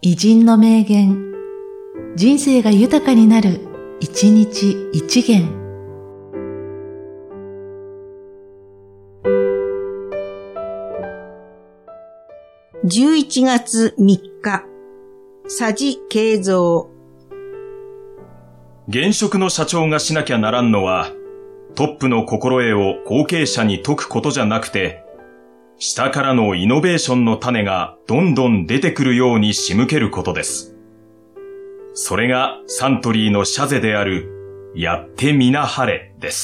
偉人の名言、人生が豊かになる、一日一元。 11月3日、佐治慶三。 現職の社長がしなきゃならんのは、トップの心得を後継者に説くことじゃなくて、下からのイノベーションの種がどんどん出てくるように仕向けることです。それがサントリーの社是である、やってみなはれです。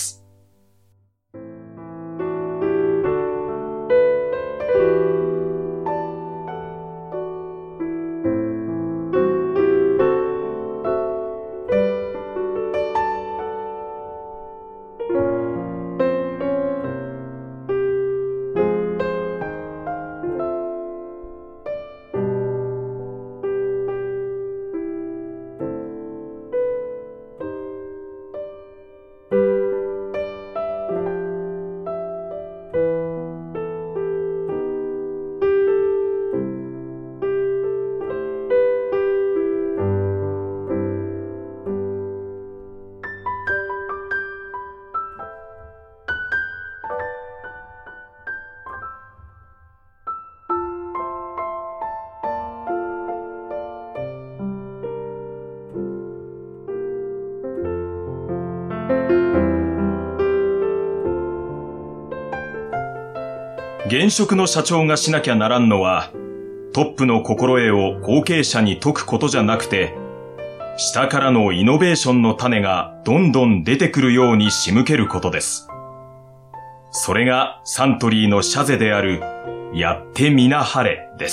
現職の社長がしなきゃならんのは、トップの心得を後継者に説くことじゃなくて、下からのイノベーションの種がどんどん出てくるように仕向けることです。それがサントリーの社是である、やってみなはれです。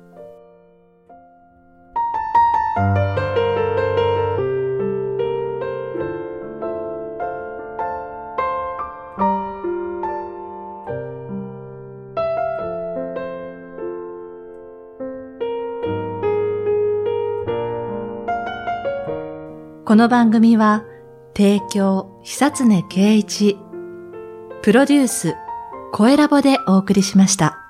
この番組は、提供、久常圭一、プロデュース、声ラボでお送りしました。